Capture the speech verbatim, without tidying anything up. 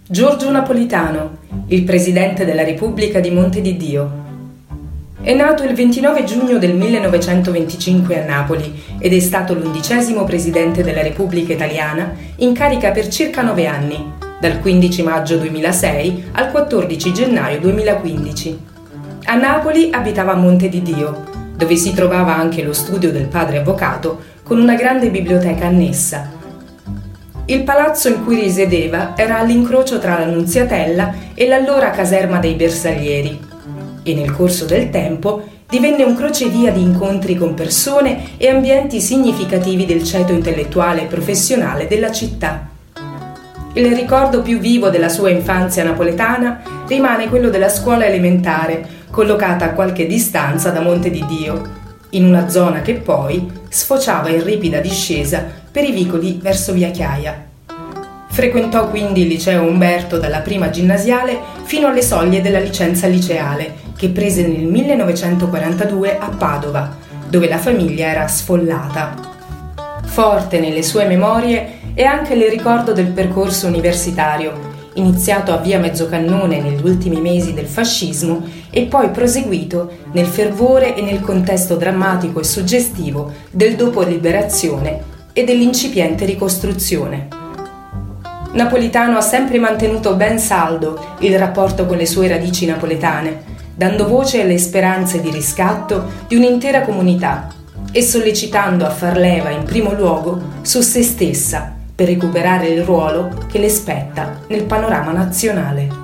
Giorgio Napolitano, il presidente della Repubblica di Monte di Dio. È nato il ventinove giugno del millenovecentoventicinque a Napoli ed è stato l'undicesimo presidente della Repubblica Italiana in carica per circa nove anni, dal quindici maggio duemilasei al quattordici gennaio duemilaquindici. A Napoli abitava a Monte di Dio, dove si trovava anche lo studio del padre avvocato con una grande biblioteca annessa. Il palazzo in cui risiedeva era all'incrocio tra la Nunziatella e l'allora caserma dei Bersaglieri e nel corso del tempo divenne un crocevia di incontri con persone e ambienti significativi del ceto intellettuale e professionale della città. Il ricordo più vivo della sua infanzia napoletana rimane quello della scuola elementare, collocata a qualche distanza da Monte di Dio, in una zona che poi sfociava in ripida discesa per i vicoli verso via Chiaia. Frequentò quindi il liceo Umberto dalla prima ginnasiale fino alle soglie della licenza liceale, che prese nel millenovecentoquarantadue a Padova, dove la famiglia era sfollata. Forte nelle sue memorie è anche il ricordo del percorso universitario, iniziato a via Mezzocannone negli ultimi mesi del fascismo e poi proseguito nel fervore e nel contesto drammatico e suggestivo del dopo liberazione e dell'incipiente ricostruzione. Napolitano ha sempre mantenuto ben saldo il rapporto con le sue radici napoletane, dando voce alle speranze di riscatto di un'intera comunità e sollecitando a far leva in primo luogo su se stessa per recuperare il ruolo che le spetta nel panorama nazionale.